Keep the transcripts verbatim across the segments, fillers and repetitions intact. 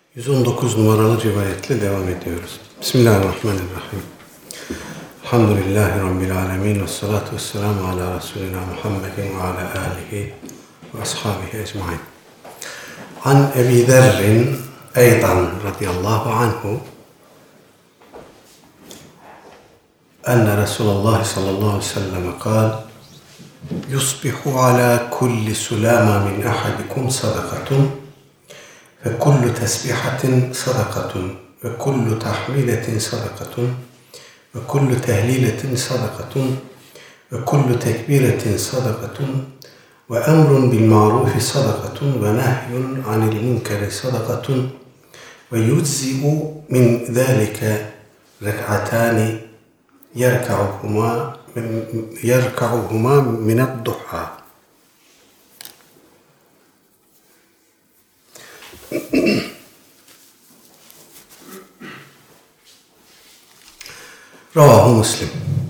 yüz on dokuz numaralı rivayetle devam ediyoruz. Bismillahirrahmanirrahim. Elhamdülillahi Rabbil alemin ve salatu ve selamu ala Resulina Muhammedin ve ala alihi ve ashabihi ecmain. An Ebi Zerrin eydan radiyallahu anhu enne Resulullah sallallahu aleyhi ve sellem kal yusbihu ala kulli sulama min ahadikum sadakatun ve kullu tesbihatin sadakatun ve kullu tahmiletin sadakatun ve kullu tehliletin sadakatun ve kullu tekbiretin sadakatun ve emrun bil ma'rufi sadakatun ve nehyun anil munkeri sadakatun ve yujzi'u min zâlike rek'atani yerka'uhuma yerka'uhuma mined-duha. Ravahu Müslim.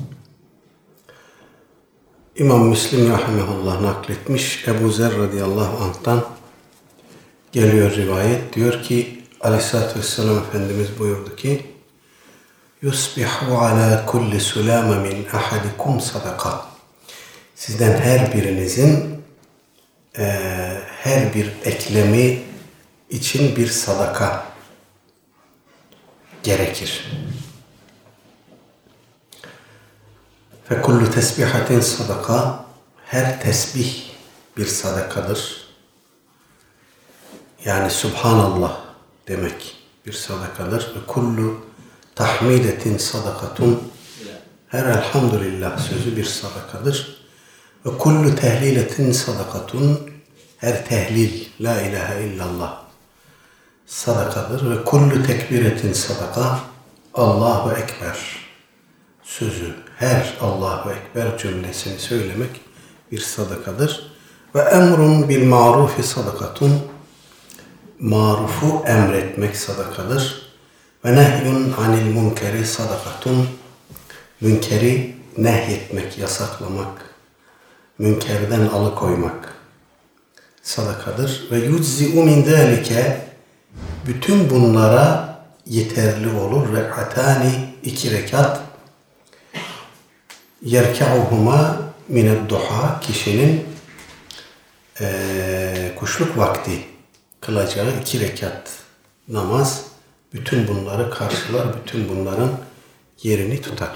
İmam Müslim rahimehullah nakletmiş. Ebu Zer radıyallahu anh'tan geliyor rivayet. Diyor ki Aleyhisselatü Vesselam Efendimiz buyurdu ki yusbihu ala kulli sulama min ahadikum sadaka. Sizden her birinizin e, her bir eklemi için bir sadaka gerekir. Ve kullu tesbihatin sadaka, her tesbih bir sadakadır. Yani Subhanallah demek bir sadakadır. Ve kullu tahmidetin sadakatun, her elhamdülillah sözü bir sadakadır. Ve kullu tehliletin sadakatun, her tehlil la ilahe illallah sadakadır. Ve kullu tekbiretin sadaka, Allahu Ekber sözü, her Allahu Ekber cümlesini söylemek bir sadakadır. Ve emrun bil marufi sadakatun, marufu emretmek sadakadır. Ve nehyun anil munkeri sadakatun, münkeri nehyetmek, yasaklamak, münkerden alıkoymak sadakadır. Ve yujzi'u min zâlike, bütün bunlara yeterli olur. Rek'atani, iki rekat. Yerka'uhuma mined-duha, kişinin e, kuşluk vakti kılacağı iki rekat namaz bütün bunları karşılar, bütün bunların yerini tutar.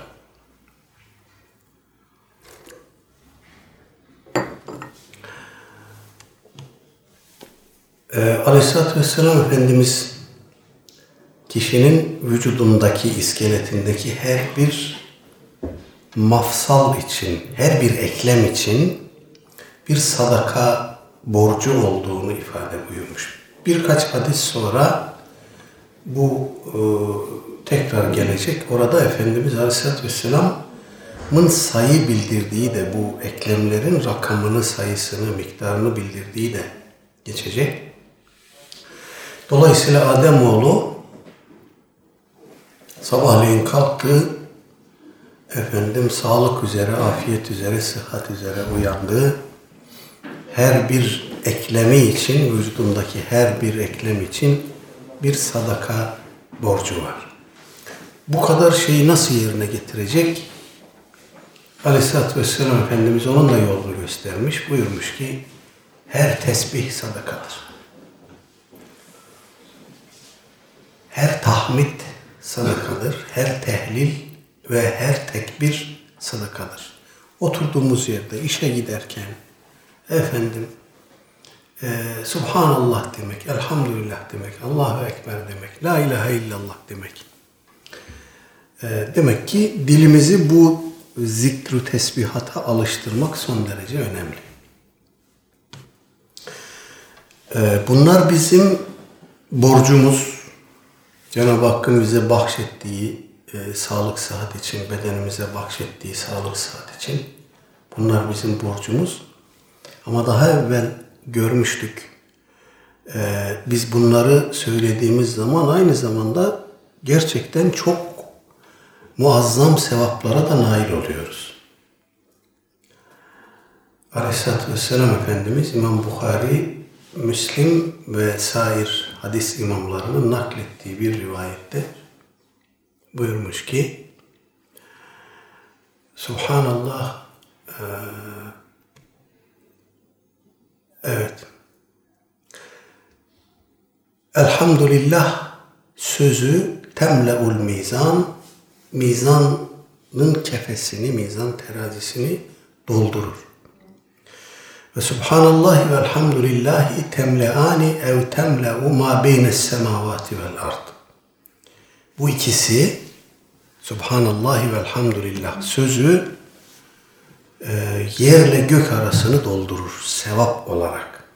E, Aleyhisselatü Vesselam Efendimiz kişinin vücudundaki, iskeletindeki her bir mafsal için, her bir eklem için bir sadaka borcu olduğunu ifade buyurmuş. Birkaç hadis sonra bu e, tekrar gelecek. Orada Efendimiz Aleyhisselatü Vesselam'ın sayı bildirdiği de, bu eklemlerin rakamını, sayısını, miktarını bildirdiği de geçecek. Dolayısıyla Ademoğlu sabahleyin kalktı, efendim sağlık üzere, afiyet üzere, sıhhat üzere uyandığı, her bir eklemi için, vücudundaki her bir eklem için bir sadaka borcu var. Bu kadar şeyi nasıl yerine getirecek? Aleyhisselatü Vesselam Efendimiz onun da yolunu göstermiş. Buyurmuş ki her tesbih sadakadır. Her tahmid sadakadır. Her tehlil ve her tekbir sadakadır. Oturduğumuz yerde, işe giderken, efendim, e, Subhanallah demek, Elhamdülillah demek, Allahu Ekber demek, La ilahe illallah demek. E, demek ki dilimizi bu zikru tesbihata alıştırmak son derece önemli. E, bunlar bizim borcumuz. Cenab-ı Hakk'ın bize bahşettiği e, sağlık sıhhat için, bedenimize bahşettiği sağlık sıhhat için bunlar bizim borcumuz. Ama daha evvel görmüştük. E, biz bunları söylediğimiz zaman aynı zamanda gerçekten çok muazzam sevaplara da nail oluyoruz. Aleyhisselatü Vesselam Efendimiz İmam Bukhari, Müslim ve sair hadis imamlarının naklettiği bir rivayette buyurmuş ki Subhanallah ee, evet Elhamdülillah sözü temle'ul mizan, mizanın kefesini, mizan terazisini doldurur. Ve Subhanallah ve elhamdülillahi temle'ani ev temle'u ma beynes semavati vel ard. Bu ikisi Subhanallah ve elhamdülillah sözü e, yerle gök arasını doldurur sevap olarak.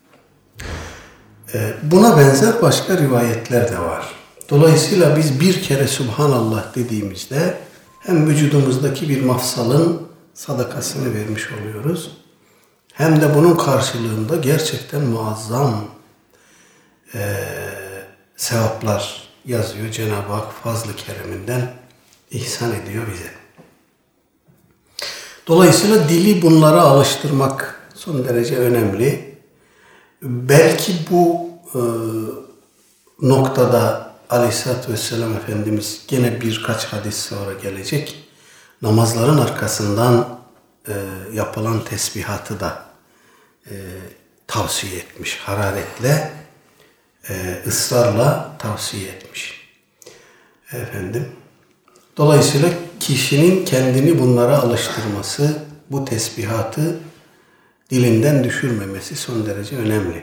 E, buna benzer başka rivayetler de var. Dolayısıyla biz bir kere Subhanallah dediğimizde hem vücudumuzdaki bir mafsalın sadakasını vermiş oluyoruz. Hem de bunun karşılığında gerçekten muazzam e, sevaplar yazıyor. Cenab-ı Hak fazl-ı kereminden ihsan ediyor bize. Dolayısıyla dili bunlara alıştırmak son derece önemli. Belki bu e, noktada Aleyhisselatü Vesselam Efendimiz gene birkaç hadis sonra gelecek. Namazların arkasından e, yapılan tesbihatı da e, tavsiye etmiş. Hararetle, e, ısrarla tavsiye etmiş. Efendim. Dolayısıyla kişinin kendini bunlara alıştırması, bu tesbihatı dilinden düşürmemesi son derece önemli.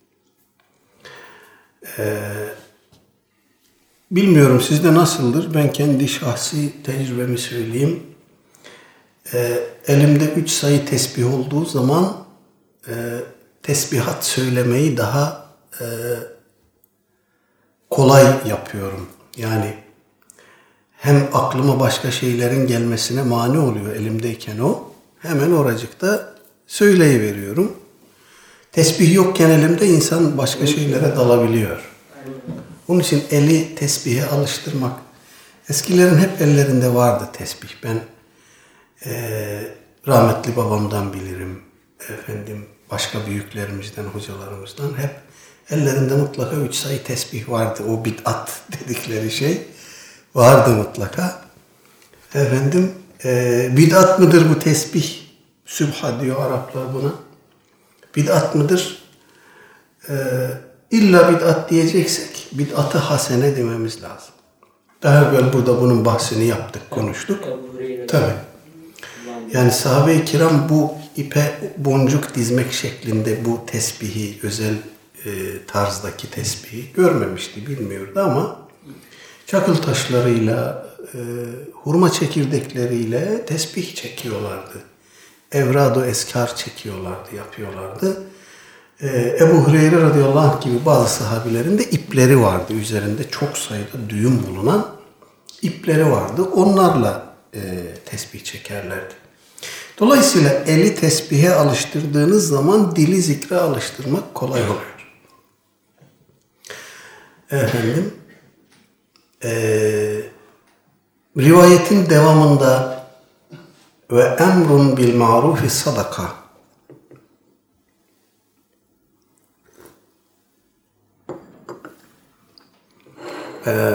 Ee, bilmiyorum sizde nasıldır? Ben kendi şahsi tecrübemi söyleyeyim. Ee, elimde üç sayı tesbih olduğu zaman e, tesbihat söylemeyi daha e, kolay yapıyorum. Yani hem aklıma başka şeylerin gelmesine mani oluyor elimdeyken o. Hemen oracıkta söyleyiveriyorum. Tesbih yokken elimde insan başka şeylere dalabiliyor. Onun için eli tesbihe alıştırmak. Eskilerin hep ellerinde vardı tesbih. Ben e, rahmetli babamdan bilirim. Efendim başka büyüklerimizden, hocalarımızdan hep ellerinde mutlaka üç sayı tesbih vardı. O bid'at dedikleri şey vardı mutlaka. Efendim e, bid'at mıdır bu tesbih? Sübha diyor Araplar buna. Bid'at mıdır? E, illa bid'at diyeceksek bid'at-ı hasene dememiz lazım. Daha evvel burada bunun bahsini yaptık, konuştuk. Tabii. Yani sahabe-i kiram bu ipe boncuk dizmek şeklinde bu tesbihi, özel e, tarzdaki tesbihi görmemişti, bilmiyordu ama çakıl taşlarıyla, e, hurma çekirdekleriyle tesbih çekiyorlardı. Evrad-ı eskar çekiyorlardı, yapıyorlardı. E, Ebu Hureyre radıyallahu anh gibi bazı sahabilerin de ipleri vardı. Üzerinde çok sayıda düğüm bulunan ipleri vardı. Onlarla e, tesbih çekerlerdi. Dolayısıyla eli tesbihe alıştırdığınız zaman dili zikre alıştırmak kolay oluyor. Efendim, Ee, rivayetin devamında ve emrun bil ma'rufi sadaka, ee,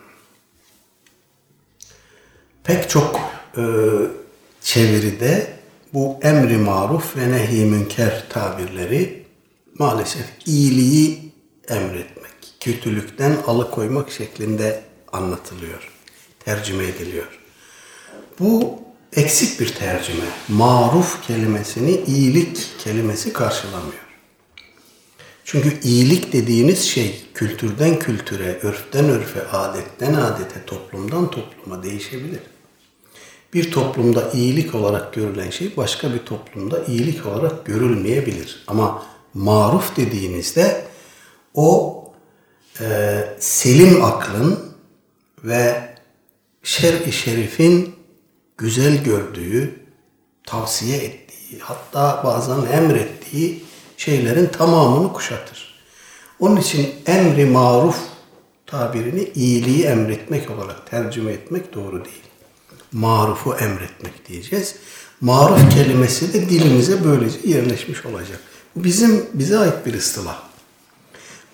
pek çok e, çeviride bu emri maruf ve nehi münker tabirleri maalesef iyiliği emretmek, kötülükten alıkoymak şeklinde anlatılıyor, tercüme ediliyor. Bu eksik bir tercüme. Maruf kelimesini iyilik kelimesi karşılamıyor. Çünkü iyilik dediğiniz şey kültürden kültüre, örften örfe, adetten adete, toplumdan topluma değişebilir. Bir toplumda iyilik olarak görülen şey başka bir toplumda iyilik olarak görülmeyebilir. Ama maruf dediğinizde o e, selim aklın ve şer-i şerifin güzel gördüğü, tavsiye ettiği, hatta bazen emrettiği şeylerin tamamını kuşatır. Onun için emri maruf tabirini iyiliği emretmek olarak tercüme etmek doğru değil. Marufu emretmek diyeceğiz. Maruf kelimesi de dilimize böylece yerleşmiş olacak. Bu bizim bize ait bir ıstılah.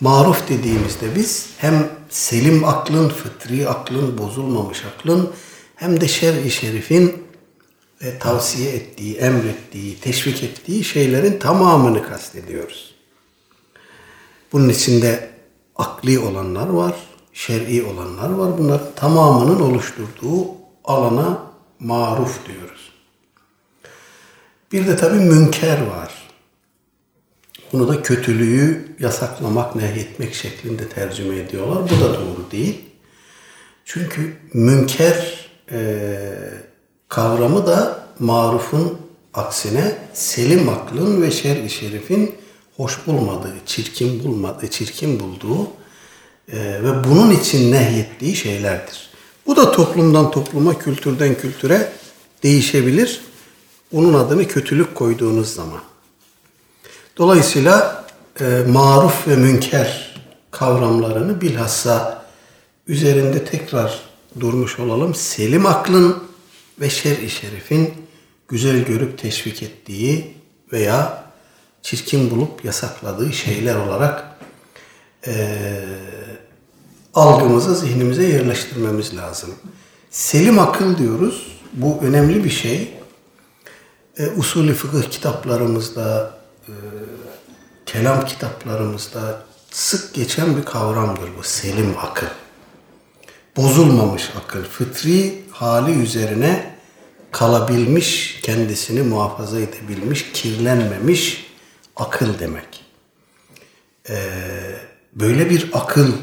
Maruf dediğimizde biz hem selim aklın, fıtri aklın, bozulmamış aklın hem de şer-i şerifin e, tavsiye ettiği, emrettiği, teşvik ettiği şeylerin tamamını kastediyoruz. Bunun içinde akli olanlar var, şer'i olanlar var. Bunların tamamının oluşturduğu alana maruf diyoruz. Bir de tabii münker var. Bunu da kötülüğü yasaklamak, nehyetmek şeklinde tercüme ediyorlar. Bu da doğru değil. Çünkü münker e, kavramı da marufun aksine selim aklın ve şer-i şerifin hoş bulmadığı, çirkin bulmadığı, çirkin bulduğu e, ve bunun için nehyettiği şeylerdir. Bu da toplumdan topluma, kültürden kültüre değişebilir. Onun adını kötülük koyduğunuz zaman. Dolayısıyla e, maruf ve münker kavramlarını bilhassa üzerinde tekrar durmuş olalım. Selim aklın ve şer-i şerifin güzel görüp teşvik ettiği veya çirkin bulup yasakladığı şeyler olarak e, algımıza, zihnimize yerleştirmemiz lazım. Selim akıl diyoruz. Bu önemli bir şey. E, usulü fıkıh kitaplarımızda, e, kelam kitaplarımızda sık geçen bir kavramdır bu selim akıl. Bozulmamış akıl, fıtri hali üzerine kalabilmiş, kendisini muhafaza edebilmiş, kirlenmemiş akıl demek. E, böyle bir akıl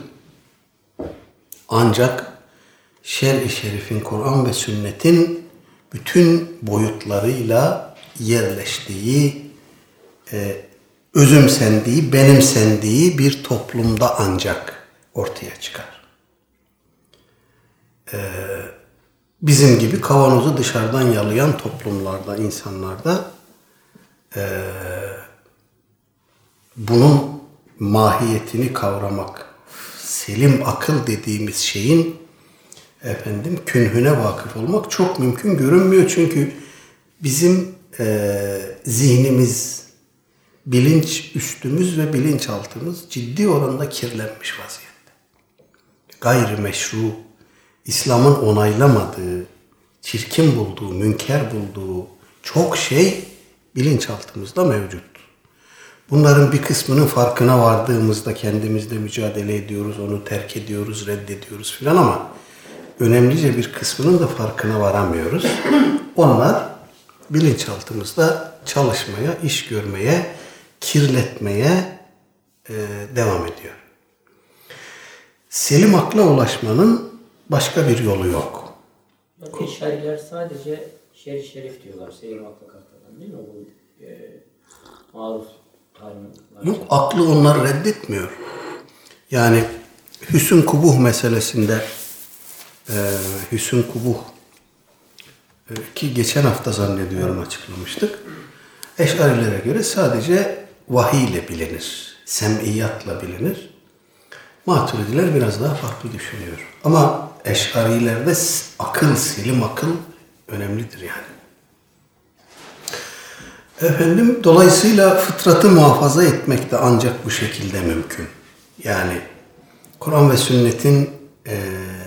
ancak şer-i şerifin, Kur'an ve sünnetin bütün boyutlarıyla yerleştiği, e, özümsendiği, benimsendiği bir toplumda ancak ortaya çıkar. E, bizim gibi kavanozu dışarıdan yalayan toplumlarda, insanlarda e, bunun mahiyetini kavramak, selim akıl dediğimiz şeyin efendim künhüne vakıf olmak çok mümkün görünmüyor. Çünkü bizim e, zihnimiz, bilinç üstümüz ve bilinçaltımız ciddi oranda kirlenmiş vaziyette. Gayrimeşru, İslam'ın onaylamadığı, çirkin bulduğu, münker bulduğu çok şey bilinçaltımızda mevcut. Bunların bir kısmının farkına vardığımızda kendimizle mücadele ediyoruz, onu terk ediyoruz, reddediyoruz filan ama önemlice bir kısmının da farkına varamıyoruz. Onlar bilinçaltımızda çalışmaya, iş görmeye, kirletmeye e, devam ediyor. Selim akla ulaşmanın başka bir yolu yok. Eşariler sadece şer-i şerif diyorlar, selim akla kalkadan değil mi? Bu e, maruf tanımlar. Yok, aklı onlar reddetmiyor. Yani hüsn kubuh meselesinde e, hüsn kubuh e, ki geçen hafta zannediyorum açıklamıştık. Eşarilere göre sadece vahiy ile bilinir. Sem'iyyatla bilinir. Maturidiler biraz daha farklı düşünüyor. Ama Eşarilerde akıl, selim akıl önemlidir yani. Efendim, dolayısıyla fıtratı muhafaza etmek de ancak bu şekilde mümkün. Yani Kur'an ve sünnetin e,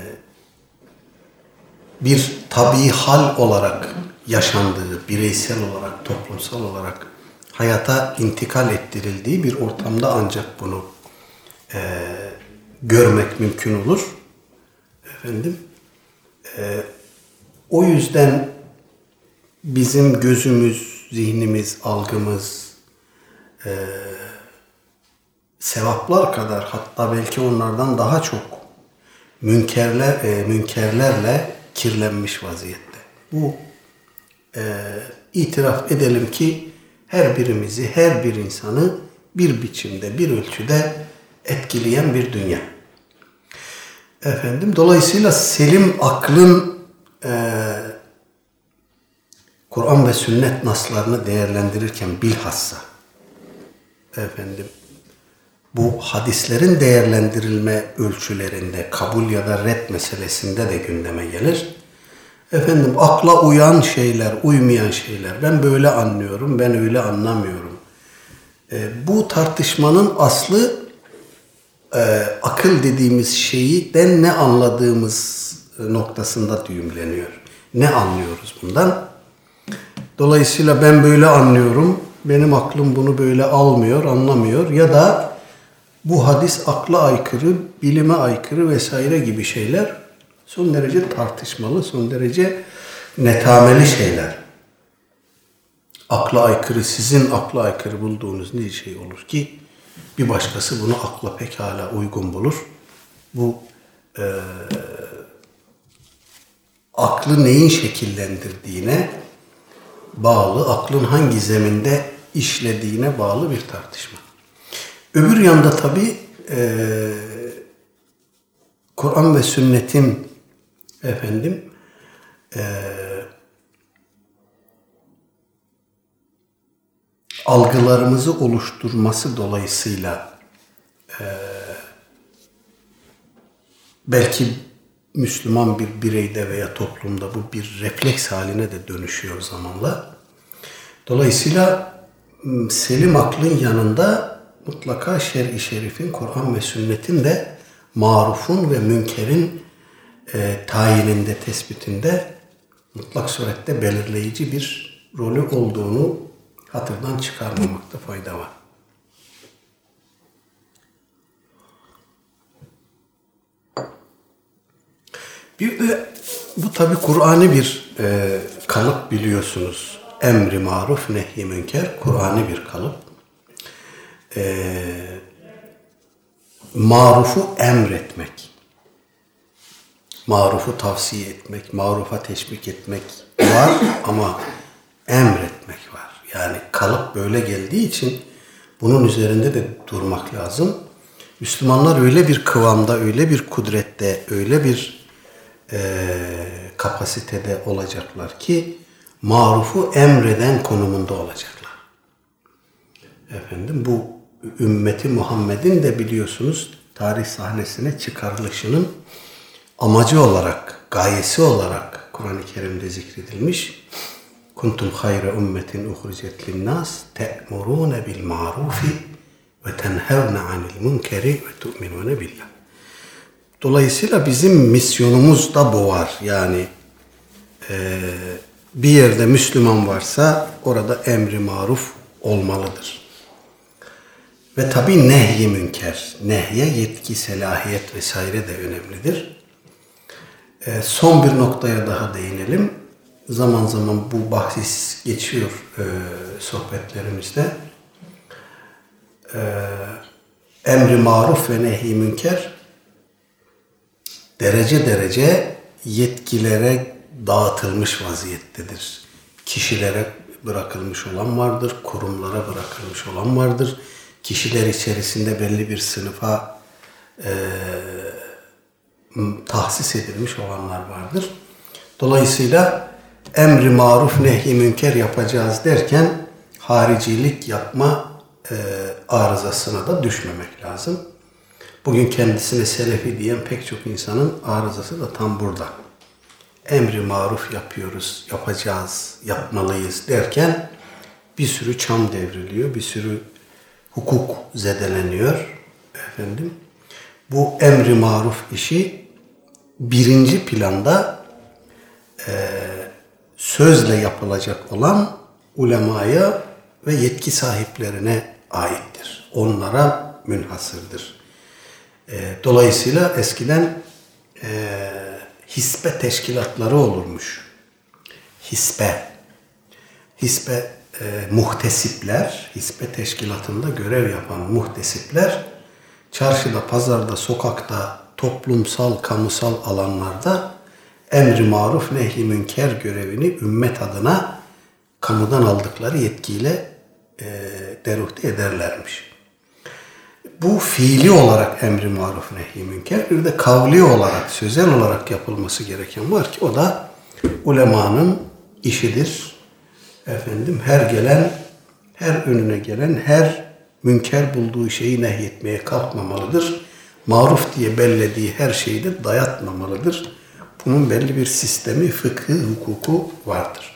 bir tabii hal olarak yaşandığı, bireysel olarak, toplumsal olarak hayata intikal ettirildiği bir ortamda ancak bunu e, görmek mümkün olur. Efendim, e, o yüzden bizim gözümüz, zihnimiz, algımız e, sevaplar kadar, hatta belki onlardan daha çok münkerler, e, münkerlerle kirlenmiş vaziyette. Bu e, itiraf edelim ki her birimizi, her bir insanı bir biçimde, bir ölçüde etkileyen bir dünya. Efendim, dolayısıyla selim aklın e, Kur'an ve sünnet naslarını değerlendirirken bilhassa efendim bu hadislerin değerlendirilme ölçülerinde kabul ya da red meselesinde de gündeme gelir. Efendim akla uyan şeyler, uymayan şeyler. Ben böyle anlıyorum, ben öyle anlamıyorum. E, bu tartışmanın aslı e, akıl dediğimiz şeyden ne anladığımız noktasında düğümleniyor. Ne anlıyoruz bundan? Dolayısıyla ben böyle anlıyorum, benim aklım bunu böyle almıyor, anlamıyor ya da bu hadis akla aykırı, bilime aykırı vesaire gibi şeyler son derece tartışmalı, son derece netameli şeyler. Akla aykırı, sizin akla aykırı bulduğunuz ne şey olur ki bir başkası bunu akla pekala uygun bulur. Bu e, aklı neyin şekillendirdiğine bağlı, aklın hangi zeminde işlediğine bağlı bir tartışma. Öbür yanda tabii e, Kur'an ve sünnetin efendim e, algılarımızı oluşturması dolayısıyla e, belki Müslüman bir bireyde veya toplumda bu bir refleks haline de dönüşüyor zamanla. Dolayısıyla selim aklın yanında mutlaka şer-i şerifin, Kur'an ve sünnetin de marufun ve münkerin e, tayininde, tespitinde mutlak surette belirleyici bir rolü olduğunu hatırdan çıkarmamakta fayda var. Bir de bu tabi Kur'an'ı bir e, kalıp biliyorsunuz. Emri maruf, nehy-i münker, Kur'an'ı bir kalıp. E, marufu emretmek, marufu tavsiye etmek, marufa teşvik etmek var ama emretmek var. Yani kalıp böyle geldiği için bunun üzerinde de durmak lazım. Müslümanlar öyle bir kıvamda, öyle bir kudrette, öyle bir e, kapasitede olacaklar ki marufu emreden konumunda olacaklar. Efendim bu ümmeti Muhammed'in de biliyorsunuz tarih sahnesine çıkarılışının amacı olarak, gayesi olarak Kur'an-ı Kerim'de zikredilmiş. Kuntum hayra ummetin uhricet linnas te'murune bil marufi ve tenhevne anil munkeri ve tu'minune billah. Dolayısıyla bizim misyonumuz da bu var. Yani e, bir yerde Müslüman varsa orada emri maruf olmalıdır. Ve tabi nehy-i münker, nehye yetki, selahiyet vesaire de önemlidir. E, son bir noktaya daha değinelim. Zaman zaman bu bahis geçiyor e, sohbetlerimizde. E, emri maruf ve nehy-i münker derece derece yetkilere dağıtılmış vaziyettedir. Kişilere bırakılmış olan vardır, kurumlara bırakılmış olan vardır. Kişiler içerisinde belli bir sınıfa e, tahsis edilmiş olanlar vardır. Dolayısıyla emri maruf nehy-i münker yapacağız derken haricilik yapma e, arızasına da düşmemek lazım. Bugün kendisine selefi diyen pek çok insanın arızası da tam burada. Emri maruf yapıyoruz, yapacağız, yapmalıyız derken bir sürü çam devriliyor, bir sürü hukuk zedeleniyor. Efendim, bu emri maruf işi birinci planda e, sözle yapılacak olan ulemaya ve yetki sahiplerine aittir. Onlara münhasırdır. E, dolayısıyla eskiden e, hisbe teşkilatları olurmuş. Hisbe. Hisbe e, muhtesipler, hisbe teşkilatında görev yapan muhtesipler çarşıda, pazarda, sokakta, toplumsal, kamusal alanlarda emri maruf, nehy-i münker görevini ümmet adına kamudan aldıkları yetkiyle e, deruhte ederlermiş. Bu fiili olarak emri maruf, nehy-i münker, bir de kavli olarak, sözel olarak yapılması gereken var ki o da ulemanın işidir. Efendim her gelen, her önüne gelen, her münker bulduğu şeyi nehyetmeye kalkmamalıdır. Maruf diye bellediği her şeyi de dayatmamalıdır. Bunun belli bir sistemi, fıkhı, hukuku vardır.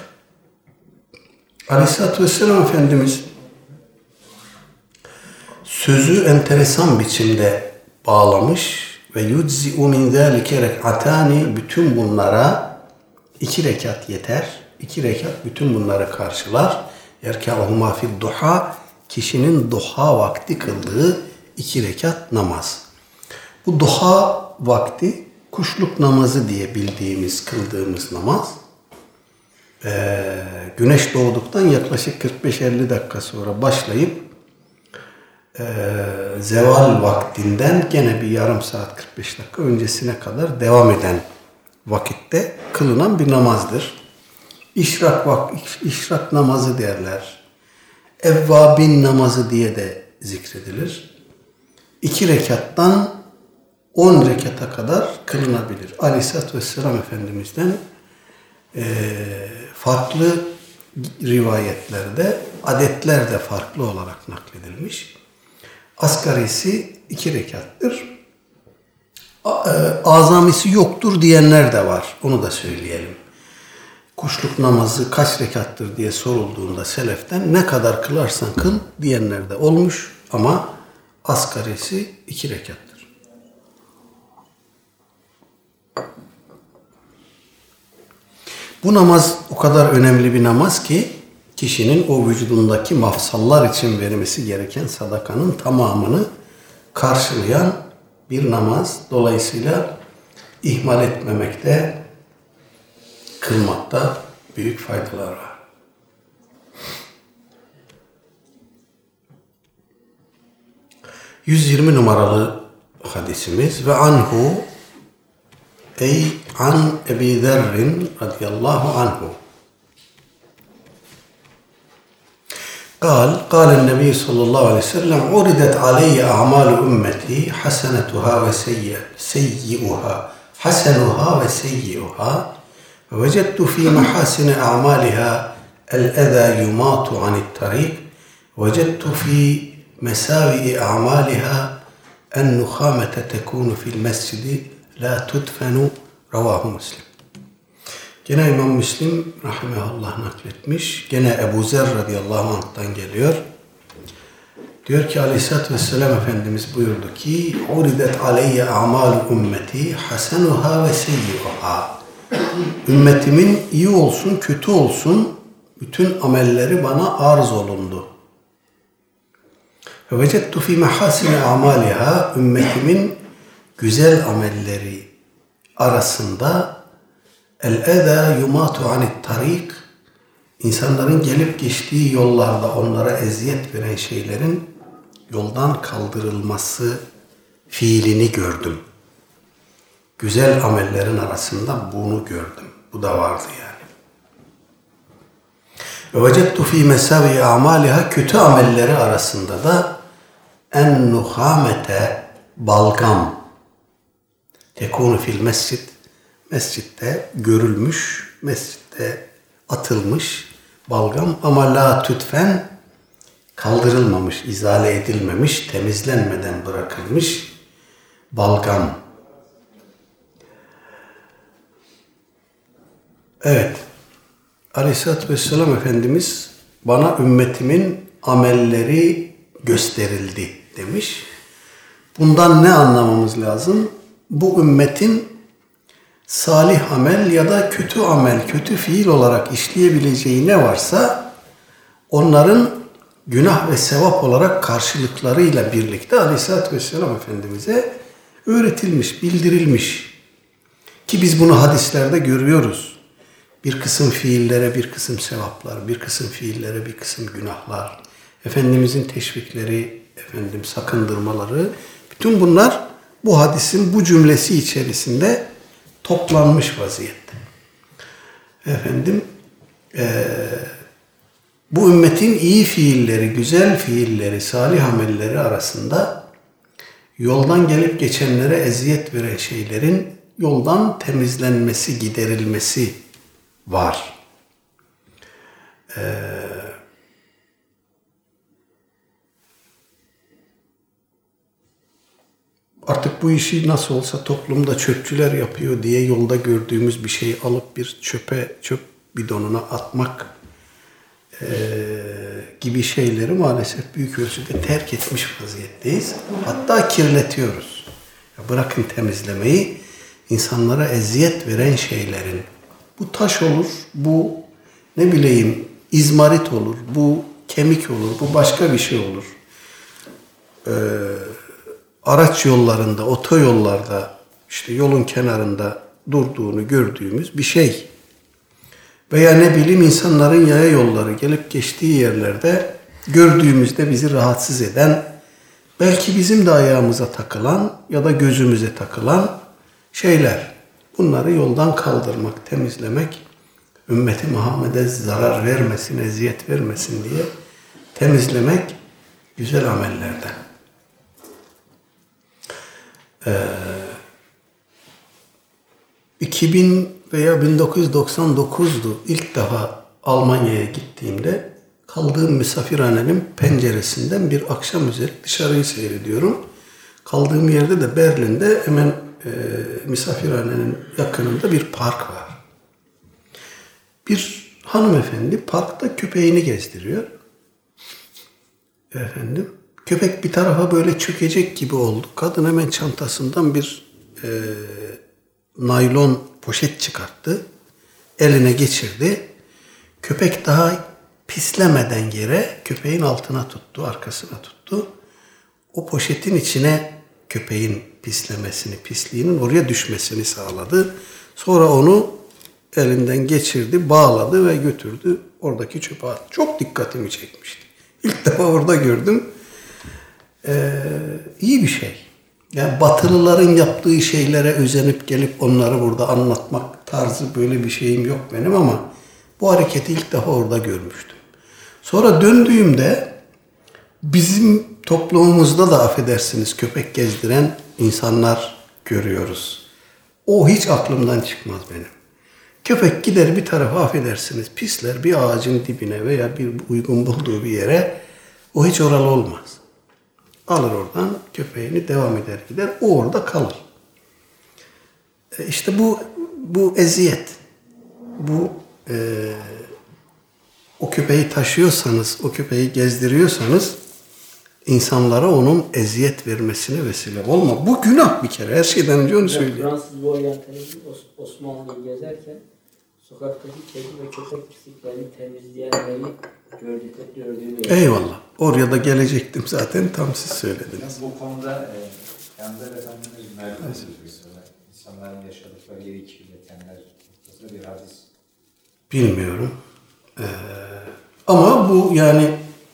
Aleyhisselatü Vesselam Efendimiz sözü enteresan biçimde bağlamış ve yudzi'u min zâlike rek'atâni, bütün bunlara iki rekat yeter. İki rekat bütün bunları karşılar. Yerkâhumâ fid duhâ, kişinin duha vakti kıldığı iki rekat namaz. Bu duha vakti kuşluk namazı diye bildiğimiz, kıldığımız namaz. Ee, güneş doğduktan yaklaşık kırk beş elli dakika sonra başlayıp e, zeval vaktinden gene bir yarım saat kırk beş dakika öncesine kadar devam eden vakitte kılınan bir namazdır. İşrak, vak, işrak namazı derler. Evvabin namazı diye de zikredilir. İki rekattan on rekata kadar kılınabilir. Aleyhisselatü Vesselam Efendimiz'den e, farklı rivayetlerde adetler de farklı olarak nakledilmiş. Asgarisi iki rekattır. Azamisi yoktur diyenler de var. Onu da söyleyelim. Kuşluk namazı kaç rekattır diye sorulduğunda seleften ne kadar kılarsan kıl diyenler de olmuş ama asgarisi iki rekattır. Bu namaz o kadar önemli bir namaz ki kişinin o vücudundaki mafsallar için vermesi gereken sadakanın tamamını karşılayan bir namaz. Dolayısıyla ihmal etmemekte, kılmakta büyük faydalar var. yüz yirmi numaralı hadisimiz ve anhu ey an Ebi Zerrin radıyallahu anhu قال قال النبي صلى الله عليه وسلم عرضت علي أعمال أمتي حسنتها وسيئها حسنها وسيئها فوجدت في محاسن أعمالها الأذى يماط عن الطريق وجدت في مساوئ أعمالها النخامة تكون في المسجد لا تدفن رواه مسلم. Gene İmam Müslim rahimehullah nakletmiş. Gene Ebu Zer radıyallahu anh'tan geliyor. Diyor ki Aleyhisselatü Vesselam Efendimiz buyurdu ki "Uridet aleyye a'malu ümmeti hasenuha ve seyyi'uha." Ümmetimin iyi olsun, kötü olsun bütün amelleri bana arz olundu. Ve vecettu fi mahasine a'maliha, ümmetimin güzel amelleri arasında el-eda yumatu anit tarik, insanların gelip geçtiği yollarda onlara eziyet veren şeylerin yoldan kaldırılması fiilini gördüm. Güzel amellerin arasında bunu gördüm. Bu da vardı yani. Ve vecettu fi mesavi amaliha, kötü amelleri arasında da en nuhamete, balgam, tekunu fil mescid, mescitte görülmüş, mescitte atılmış balgam ama la tütfen, kaldırılmamış, izale edilmemiş, temizlenmeden bırakılmış balgam. Evet, Aleyhisselatü Vesselam Efendimiz bana ümmetimin amelleri gösterildi demiş. Bundan ne anlamamız lazım? Bu ümmetin salih amel ya da kötü amel, kötü fiil olarak işleyebileceği ne varsa onların günah ve sevap olarak karşılıklarıyla birlikte Aleyhisselatü Vesselam Efendimiz'e öğretilmiş, bildirilmiş. Ki biz bunu hadislerde görüyoruz. Bir kısım fiillere bir kısım sevaplar, bir kısım fiillere bir kısım günahlar, Efendimizin teşvikleri, efendim sakındırmaları, bütün bunlar bu hadisin bu cümlesi içerisinde toplanmış vaziyette. Efendim, e, bu ümmetin iyi fiilleri, güzel fiilleri, salih amelleri arasında yoldan gelip geçenlere eziyet veren şeylerin yoldan temizlenmesi, giderilmesi var. Ee, artık bu işi nasıl olsa toplumda çöpçüler yapıyor diye yolda gördüğümüz bir şeyi alıp bir çöpe, çöp bidonuna atmak e, e, gibi şeyleri maalesef büyük ölçüde terk etmiş vaziyetteyiz. Hatta kirletiyoruz. Ya bırakın temizlemeyi, insanlara eziyet veren şeylerin, bu taş olur, bu ne bileyim izmarit olur, bu kemik olur, bu başka bir şey olur. Ee, araç yollarında, otoyollarda, işte yolun kenarında durduğunu gördüğümüz bir şey. Veya ne bileyim insanların yaya yolları gelip geçtiği yerlerde gördüğümüzde bizi rahatsız eden, belki bizim de ayağımıza takılan ya da gözümüze takılan şeyler. Bunları yoldan kaldırmak, temizlemek, ümmeti Muhammed'e zarar vermesin, eziyet vermesin diye temizlemek güzel amellerden. Ee, iki bin veya bin dokuz yüz doksan dokuz'du ilk defa Almanya'ya gittiğimde kaldığım misafirhanenin penceresinden bir akşam üzeri dışarıyı seyrediyorum. Kaldığım yerde de Berlin'de hemen e, misafirhanenin yakınında bir park var. Bir hanımefendi parkta köpeğini gezdiriyor. Efendim, köpek bir tarafa böyle çökecek gibi oldu. Kadın hemen çantasından bir e, naylon poşet çıkarttı. Eline geçirdi. Köpek daha pislemeden yere köpeğin altına tuttu, arkasına tuttu. O poşetin içine köpeğin pislemesini, pisliğinin oraya düşmesini sağladı. Sonra onu elinden geçirdi, bağladı ve götürdü. Oradaki çöpe attı. Çok dikkatimi çekmişti. İlk defa orada gördüm. Ee, iyi bir şey. Yani Batılıların yaptığı şeylere özenip gelip onları burada anlatmak tarzı böyle bir şeyim yok benim ama bu hareketi ilk defa orada görmüştüm. Sonra döndüğümde bizim toplumumuzda da affedersiniz köpek gezdiren insanlar görüyoruz. O hiç aklımdan çıkmaz benim. Köpek gider bir tarafa affedersiniz pisler bir ağacın dibine veya bir uygun bulduğu bir yere, o hiç oralı olmaz. Alır oradan köpeğini devam eder gider, o orada kalır. E işte bu bu eziyet. Bu e, o köpeği taşıyorsanız, o köpeği gezdiriyorsanız insanlara onun eziyet vermesine vesile olma. Bu günah bir kere. Her şeyden önce onu söyleyeyim. Fransız bu oryantalizm Osmanlı'yı gezerken sokaktaki kedi ve köpek pisliklerini temizleyenleri gördük, gördüğünü. Eyvallah. Oraya da gelecektim zaten. Tam siz söylediniz. Bu konuda e, Yandar Efendimiz merhaba sözü. İnsanların yaşadıkları yeri kirletenler noktasında bir hadis. Bilmiyorum. Ee, ama bu yani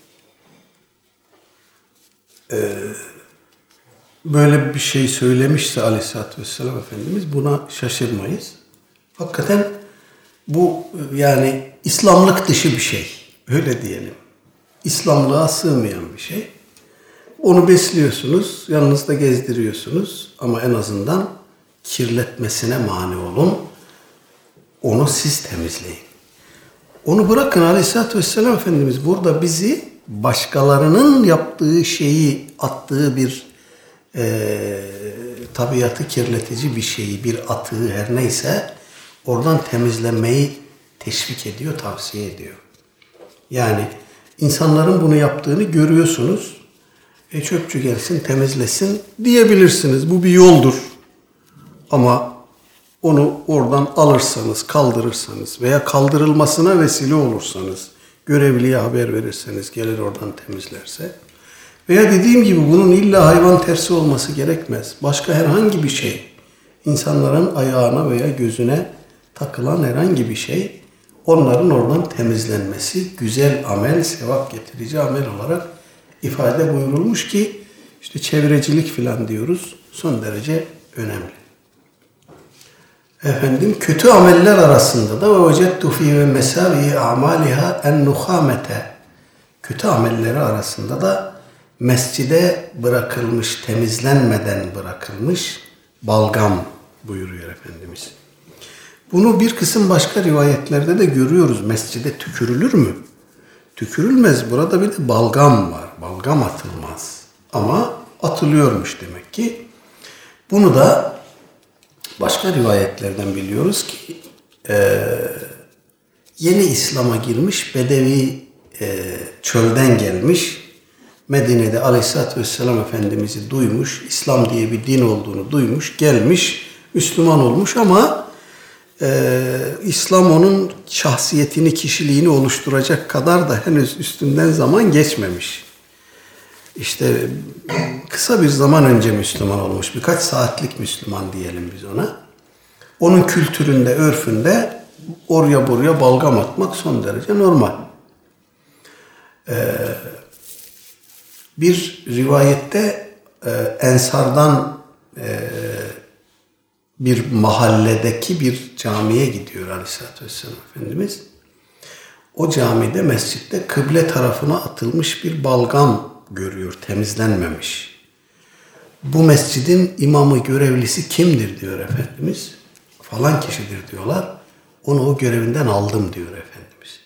e, böyle bir şey söylemişse Aleyhisselatü Vesselam Efendimiz buna şaşırmayız. Hakikaten bu yani İslamlık dışı bir şey. Öyle diyelim. İslamlığa sığmayan bir şey. Onu besliyorsunuz, yanınızda gezdiriyorsunuz ama en azından kirletmesine mani olun. Onu siz temizleyin. Onu bırakın Aleyhisselatü Vesselam Efendimiz burada bizi başkalarının yaptığı şeyi, attığı bir e, tabiatı kirletici bir şeyi, bir atığı her neyse oradan temizlenmeyi teşvik ediyor, tavsiye ediyor. Yani insanların bunu yaptığını görüyorsunuz. E çöpçü gelsin, temizlesin diyebilirsiniz. Bu bir yoldur. Ama onu oradan alırsanız, kaldırırsanız veya kaldırılmasına vesile olursanız, görevliye haber verirseniz, gelir oradan temizlerse veya dediğim gibi bunun illa hayvan tersi olması gerekmez. Başka herhangi bir şey, insanların ayağına veya gözüne takılan herhangi bir şey, onların oradan temizlenmesi güzel amel, sevap getirici amel olarak ifade buyurulmuş ki işte çevrecilik filan diyoruz, son derece önemli. Efendim kötü ameller arasında da vecettu fi ve mesavi a'maliha en-nuhamete, kötü amelleri arasında da mescide bırakılmış, temizlenmeden bırakılmış balgam buyuruyor Efendimiz. Bunu bir kısım başka rivayetlerde de görüyoruz. Mescide tükürülür mü? Tükürülmez. Burada bir de balgam var. Balgam atılmaz. Ama atılıyormuş demek ki. Bunu da başka rivayetlerden biliyoruz ki e, yeni İslam'a girmiş Bedevi e, çölden gelmiş. Medine'de Aleyhisselatü Vesselam Efendimiz'i duymuş. İslam diye bir din olduğunu duymuş. Gelmiş, Müslüman olmuş ama e, İslam onun şahsiyetini, kişiliğini oluşturacak kadar da henüz üstünden zaman geçmemiş. İşte kısa bir zaman önce Müslüman olmuş. Birkaç saatlik Müslüman diyelim biz ona. Onun kültüründe, örfünde oraya buraya balgam atmak son derece normal. Ee, bir rivayette e, Ensar'dan e, bir mahalledeki bir camiye gidiyor Aleyhisselatü Vesselam Efendimiz. O camide, mescitte kıble tarafına atılmış bir balgam görüyor, temizlenmemiş. Bu mescidin imamı, görevlisi kimdir diyor Efendimiz. Falan kişidir diyorlar. Onu o görevinden aldım diyor Efendimiz.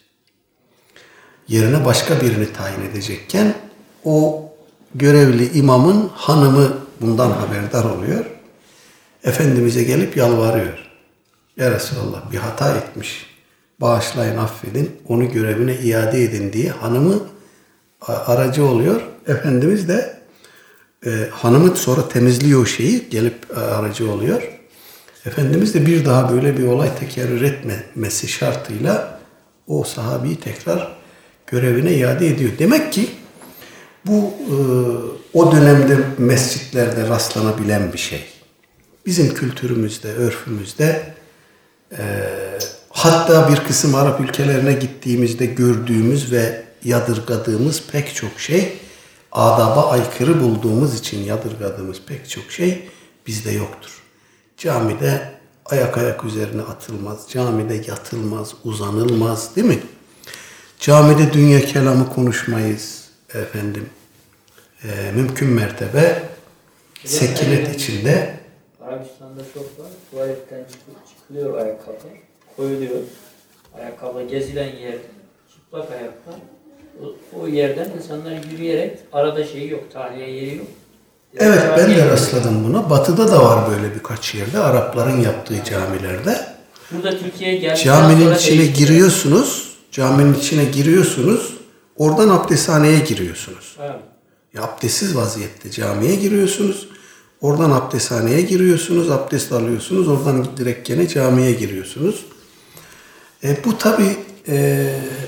Yerine başka birini tayin edecekken o görevli imamın hanımı bundan haberdar oluyor. Efendimiz'e gelip yalvarıyor. Ya Resulallah, bir hata etmiş. Bağışlayın, affedin. Onu görevine iade edin diye hanımı aracı oluyor. Efendimiz de e, hanımı sonra temizliyor o şeyi. Gelip aracı oluyor. Efendimiz de bir daha böyle bir olay tekerrür etmemesi şartıyla o sahabeyi tekrar görevine iade ediyor. Demek ki bu e, o dönemde mescitlerde rastlanabilen bir şey. Bizim kültürümüzde, örfümüzde e, hatta bir kısım Arap ülkelerine gittiğimizde gördüğümüz ve yadırgadığımız pek çok şey, adaba aykırı bulduğumuz için yadırgadığımız pek çok şey bizde yoktur. Camide ayak ayak üzerine atılmaz, camide yatılmaz, uzanılmaz, değil mi? Camide dünya kelamı konuşmayız efendim. E, mümkün mertebe sekinet içinde. Arabistan'da çok var. Tuvaletten çıkılıyor ayakkabı, koyuluyor. Ayakkabı gezilen yer, çıplak ayaklar. O, o yerden insanlar yürüyerek, arada şeyi yok, tahliye yeri yok. Evet, ben de rastladım buna. Batı'da da var böyle birkaç yerde, Arapların yaptığı camilerde. Burada Türkiye'ye geldi. Caminin içine giriyorsunuz, caminin içine giriyorsunuz, oradan abdesthaneye giriyorsunuz. Evet. Ya, abdestsiz vaziyette camiye giriyorsunuz, oradan abdesthaneye giriyorsunuz, abdest alıyorsunuz, oradan direkt gene camiye giriyorsunuz. E, bu tabii e,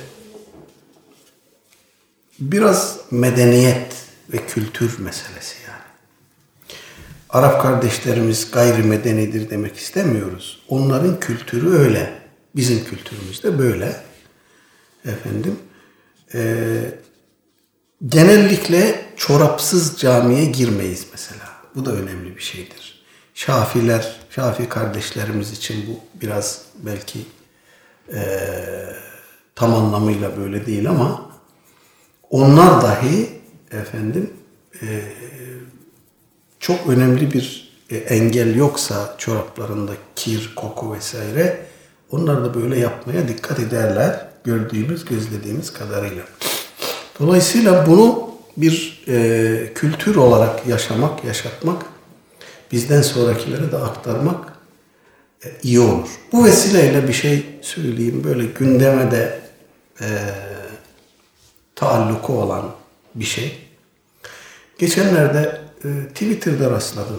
biraz medeniyet ve kültür meselesi yani. Arap kardeşlerimiz gayrimedenidir demek istemiyoruz. Onların kültürü öyle. Bizim kültürümüz de böyle. Efendim, e, genellikle çorapsız camiye girmeyiz mesela. Bu da önemli bir şeydir. Şafiler, Şafi kardeşlerimiz için bu biraz belki e, tam anlamıyla böyle değil ama onlar dahi efendim e, çok önemli bir e, engel yoksa çoraplarında kir, koku vesaire, onlar da böyle yapmaya dikkat ederler. Gördüğümüz, gözlediğimiz kadarıyla. Dolayısıyla bunu bir e, kültür olarak yaşamak, yaşatmak, bizden sonrakilere de aktarmak e, iyi olur. Bu vesileyle bir şey söyleyeyim. Böyle gündeme de e, taalluku olan bir şey. Geçenlerde e, Twitter'da rastladım.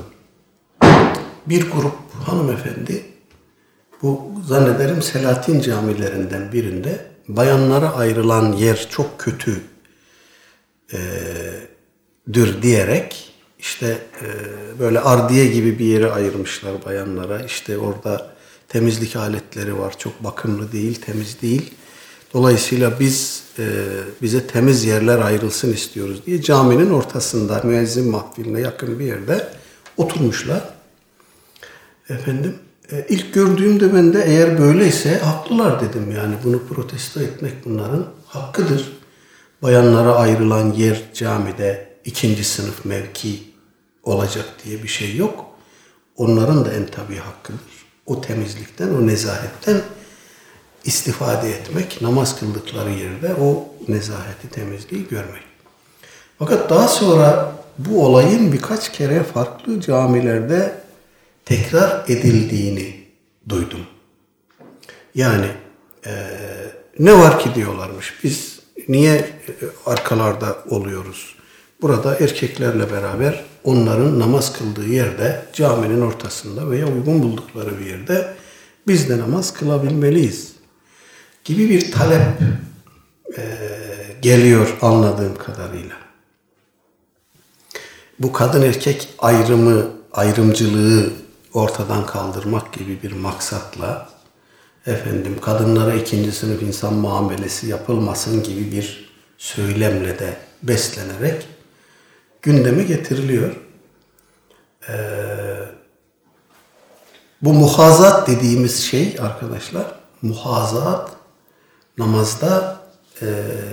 Bir grup hanımefendi, bu zannederim Selahattin camilerinden birinde, bayanlara ayrılan yer çok kötü e, dür diyerek işte e, böyle ardiye gibi bir yere ayırmışlar bayanlara. İşte orada temizlik aletleri var, çok bakımlı değil, temiz değil. Dolayısıyla biz e, bize temiz yerler ayrılsın istiyoruz diye caminin ortasında, müezzin mahfiline yakın bir yerde oturmuşlar. Efendim, e, ilk gördüğümde ben de eğer böyleyse haklılar dedim, yani bunu protesto etmek bunların hakkıdır. Bayanlara ayrılan yer camide ikinci sınıf mevki olacak diye bir şey yok. Onların da en tabii hakkıdır. O temizlikten, o nezahetten istifade etmek, namaz kıldıkları yerde o nezaheti, temizliği görmek. Fakat daha sonra bu olayın birkaç kere farklı camilerde tekrar edildiğini duydum. Yani e, ne var ki diyorlarmış, biz niye arkalarda oluyoruz? Burada erkeklerle beraber onların namaz kıldığı yerde, caminin ortasında veya uygun buldukları bir yerde biz de namaz kılabilmeliyiz gibi bir talep e, geliyor anladığım kadarıyla. Bu kadın erkek ayrımı, ayrımcılığı ortadan kaldırmak gibi bir maksatla efendim kadınlara ikinci sınıf insan muamelesi yapılmasın gibi bir söylemle de beslenerek gündeme getiriliyor. Ee, bu muhazat dediğimiz şey arkadaşlar, muhazat namazda e,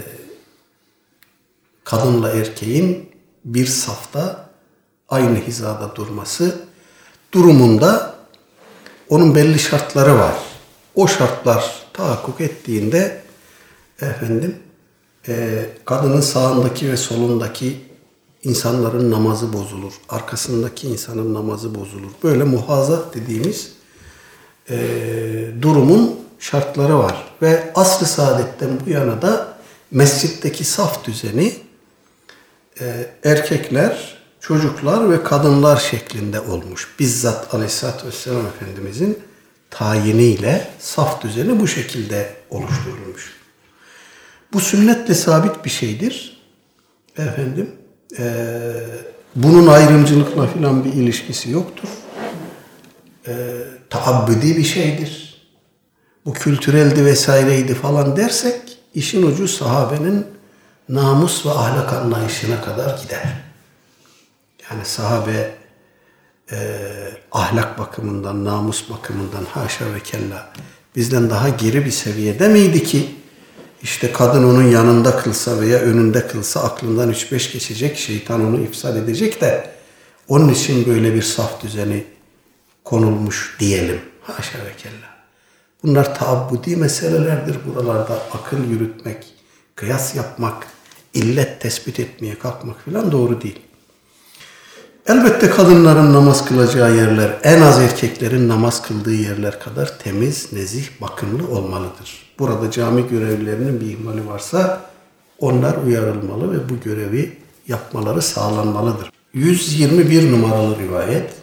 kadınla erkeğin bir safta aynı hizada durması durumunda onun belli şartları var. O şartlar tahakkuk ettiğinde efendim e, kadının sağındaki ve solundaki insanların namazı bozulur. Arkasındaki insanın namazı bozulur. Böyle muhazat dediğimiz e, durumun şartları var. Ve asr-ı saadetten bu yana da mescitteki saf düzeni e, erkekler, çocuklar ve kadınlar şeklinde olmuş. Bizzat Aleyhisselatü Vesselam Efendimizin tayiniyle saf düzeni bu şekilde oluşturulmuş. Bu sünnetle sabit bir şeydir. Efendim, e, bunun ayrımcılıkla filan bir ilişkisi yoktur. E, taabbüdi bir şeydir. Bu kültüreldi vesaireydi falan dersek işin ucu sahabenin namus ve ahlak anlayışına kadar gider. Yani sahabe e, ahlak bakımından, namus bakımından haşa ve kella bizden daha geri bir seviyede miydi ki işte kadın onun yanında kılsa veya önünde kılsa aklından üç beş geçecek, şeytan onu ifsad edecek de onun için böyle bir saf düzeni konulmuş diyelim. Haşa ve kella. Bunlar taabbudi meselelerdir. Buralarda akıl yürütmek, kıyas yapmak, illet tespit etmeye kalkmak filan doğru değil. Elbette kadınların namaz kılacağı yerler en az erkeklerin namaz kıldığı yerler kadar temiz, nezih, bakımlı olmalıdır. Burada cami görevlilerinin bir ihmali varsa onlar uyarılmalı ve bu görevi yapmaları sağlanmalıdır. yüz yirmi bir numaralı rivayet.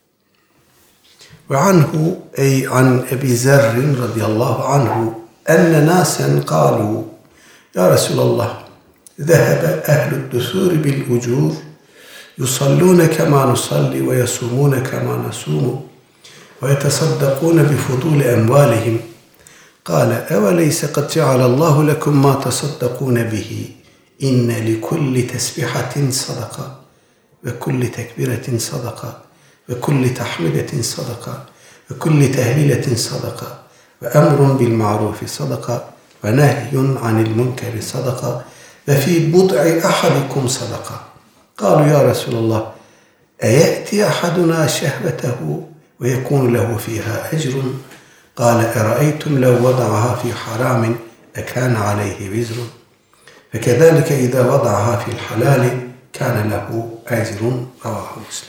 Ve anhu ey an Ebi Zerrin radıyallahu anhu enne nasen kalu ya Resulallah zehebe ehlü dusuri bil ucur يصلون كما نصلي ويصومون كما نصوم ويتصدقون بفضول أموالهم قال أوليس قد جعل الله لكم ما تصدقون به إن لكل تسبيحة صدقة وكل تكبيرة صدقة وكل تحميدة صدقة وكل تهليلة صدقة وأمر بالمعروف صدقة ونهي عن المنكر صدقة وفي بضع أحدكم صدقة قالوا يا رسول الله أيأتي أحدنا شهوته ويكون له فيها أجر قال أرأيتم لو وضعها في حرام أكان عليه وزر فكذلك إذا وضعها في الحلال كان له أجر رواه مسلم.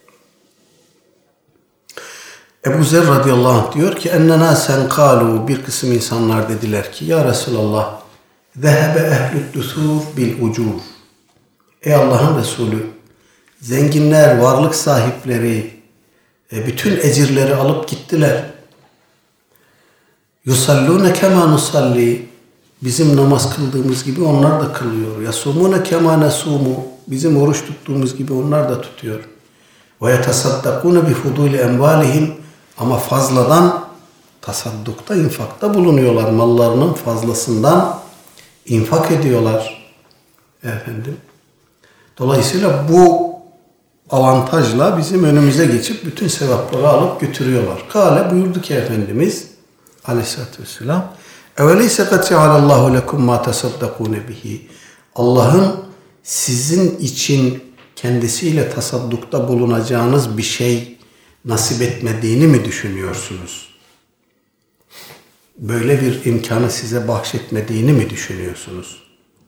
Ebu Zer radıyallahu anh diyor ki ennena sen kalu bir kısım insanlar dediler ki ya Resulallah zehebe ehlü dusur bil ucur. Ey Allah'ın Resulü, zenginler, varlık sahipleri, bütün ecirleri alıp gittiler. Yusallûne kemâ nusalli, bizim namaz kıldığımız gibi onlar da kılıyor. Yasûmûne kemâ nesûmû, bizim oruç tuttuğumuz gibi onlar da tutuyor. Ve yetasaddakûne bifudûli emvâlihim, ama fazladan tasaddukta, infakta bulunuyorlar. Mallarının fazlasından infak ediyorlar. Efendim. Dolayısıyla bu avantajla bizim önümüze geçip bütün sevapları alıp götürüyorlar. Kale buyurdu ki Efendimiz Aleyhisselatü Vesselam اَوَلَيْسَ قَدْ جَعَلَ اللّٰهُ لَكُمْ مَا تَصَدَّقُونَ بِهِ Allah'ın sizin için kendisiyle tasaddukta bulunacağınız bir şey nasip etmediğini mi düşünüyorsunuz? Böyle bir imkanı size bahşetmediğini mi düşünüyorsunuz?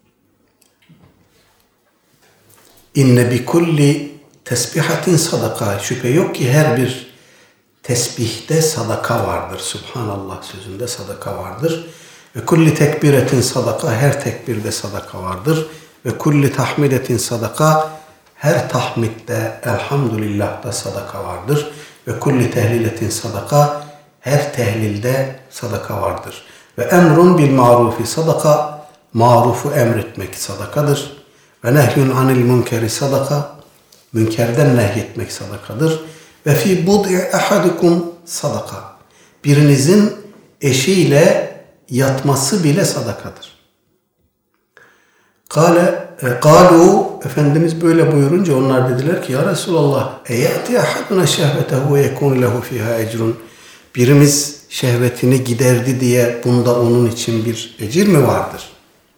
İnne bi kulli tesbihatin sadaka. Şüphe yok ki her bir tesbihte sadaka vardır. Subhanallah sözünde sadaka vardır. Ve kulli tekbiretin sadaka, her tekbirde sadaka vardır. Ve kulli tahmidetin sadaka, her tahmidde elhamdülillah'ta sadaka vardır. Ve kulli tehliletin sadaka, her tehlilde sadaka vardır. Ve emrun bil marufi sadaka, marufu emretmek sadakadır. Ve nehyun anil münkeri sadaka, münkerden nehyetmek sadakadır. Ve fi bud'i ahadikum sadaka, birinizin eşiyle yatması bile sadakadır. Kale, kalu, Efendimiz böyle buyurunca onlar dediler ki ya Resulallah, eyati ahaduna şehvetehu ve yekun lehu fiha ecrun, birimiz şehvetini giderdi diye bunda onun için bir ecir mi vardır?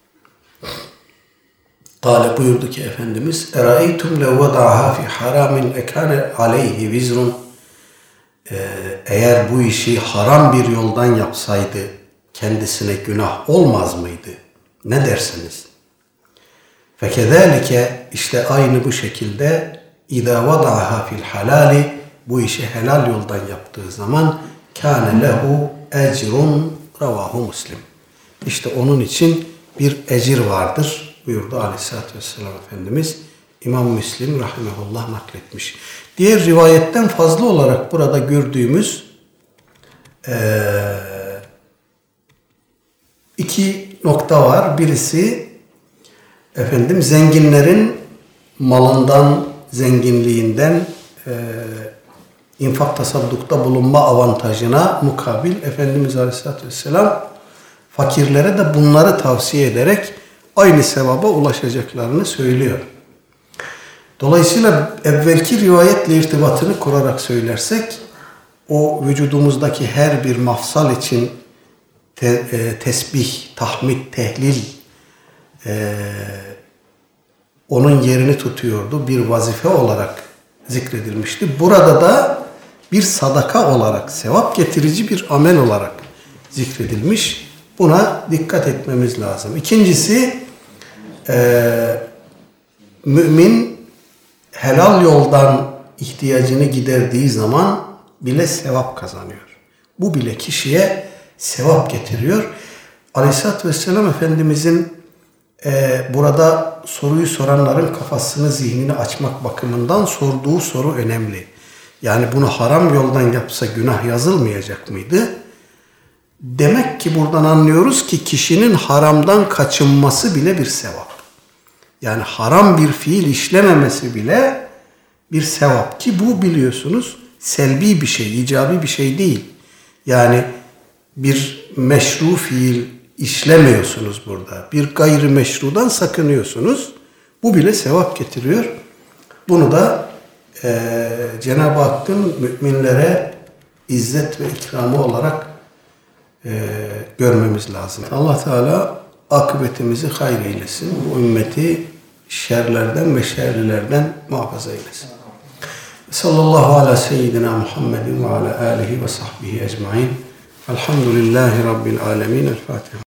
Kale, buyurdu ki Efendimiz, eraeytum lev vada'aha fi haramin ekane aleyhi vizrun, eğer bu işi haram bir yoldan yapsaydı kendisine günah olmaz mıydı? Ne dersiniz? Fekezalike, işte aynı bu şekilde İzâ vada'aha fil halali, bu işi helal yoldan yaptığı zaman kâne lehu ecrun ravahu Müslim. İşte onun için bir ecir vardır buyurdu Aleyhisselatü Vesselam Efendimiz. İmam Müslim rahimehullah nakletmiş. Diğer rivayetten fazla olarak burada gördüğümüz ee, iki nokta var. Birisi efendim zenginlerin malından, zenginliğinden e, infak tasaddukta bulunma avantajına mukabil Efendimiz Aleyhisselatü Vesselam fakirlere de bunları tavsiye ederek aynı sevaba ulaşacaklarını söylüyor. Dolayısıyla evvelki rivayetle irtibatını kurarak söylersek o vücudumuzdaki her bir mafsal için te, e, tesbih, tahmid, tehlil e, onun yerini tutuyordu. Bir vazife olarak zikredilmişti. Burada da bir sadaka olarak, sevap getirici bir amel olarak zikredilmiş. Buna dikkat etmemiz lazım. İkincisi, e, mümin helal yoldan ihtiyacını giderdiği zaman bile sevap kazanıyor. Bu bile kişiye sevap getiriyor. Aleyhisselatü Vesselam Efendimizin e, burada soruyu soranların kafasını, zihnini açmak bakımından sorduğu soru önemli. Yani bunu haram yoldan yapsa günah yazılmayacak mıydı? Demek ki buradan anlıyoruz ki kişinin haramdan kaçınması bile bir sevap. Yani haram bir fiil işlememesi bile bir sevap ki bu biliyorsunuz selbi bir şey, icabi bir şey değil. Yani bir meşru fiil işlemiyorsunuz burada. Bir gayrimeşrudan sakınıyorsunuz. Bu bile sevap getiriyor. Bunu da e, Cenab-ı Hakk'ın müminlere izzet ve ikramı olarak e, görmemiz lazım. Allah Teala akıbetimizi hayır eylesin. Bu ümmeti şerlerden ve şerlilerden muhafaza eylesin. Sallallahu ala seyyidina Muhammedin ve ala alihi ve sahbihi ecmain. Elhamdülillahi Rabbil alemin. El Fatiha.